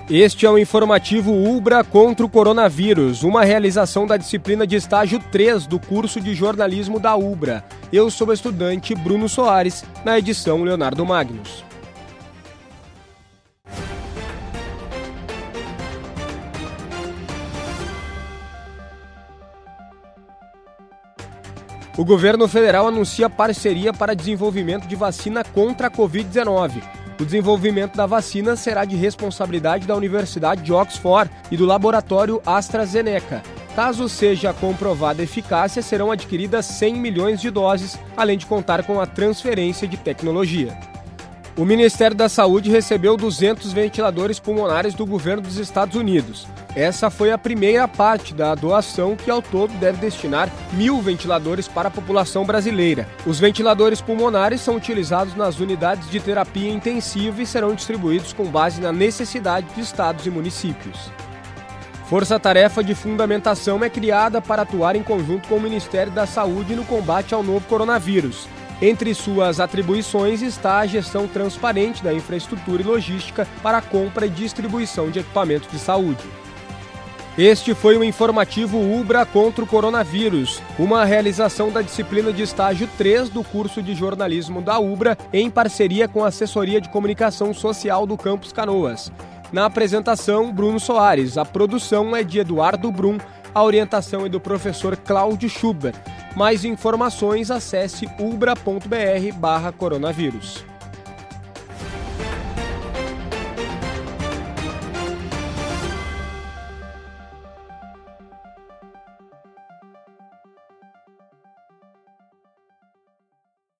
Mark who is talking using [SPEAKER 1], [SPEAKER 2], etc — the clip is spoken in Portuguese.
[SPEAKER 1] Este é o informativo Ubra contra o coronavírus, uma realização da disciplina de estágio 3 do curso de jornalismo da Ubra. Eu sou o estudante Bruno Soares, na edição Leonardo Magnus. O governo federal anuncia parceria para desenvolvimento de vacina contra a Covid-19. O desenvolvimento da vacina será de responsabilidade da Universidade de Oxford e do laboratório AstraZeneca. Caso seja comprovada a eficácia, serão adquiridas 100 milhões de doses, além de contar com a transferência de tecnologia. O Ministério da Saúde recebeu 200 ventiladores pulmonares do governo dos Estados Unidos. Essa foi a primeira parte da doação, que ao todo deve destinar 1.000 ventiladores para a população brasileira. Os ventiladores pulmonares são utilizados nas unidades de terapia intensiva e serão distribuídos com base na necessidade de estados e municípios. Força-tarefa de fundamentação é criada para atuar em conjunto com o Ministério da Saúde no combate ao novo coronavírus. Entre suas atribuições está a gestão transparente da infraestrutura e logística para a compra e distribuição de equipamentos de saúde. Este foi o informativo Ubra contra o coronavírus, uma realização da disciplina de estágio 3 do curso de jornalismo da Ubra, em parceria com a Assessoria de Comunicação Social do Campus Canoas. Na apresentação, Bruno Soares. A produção é de Eduardo Brum. A orientação é do professor Cláudio Schubert. Mais informações, acesse ubra.br/coronavírus.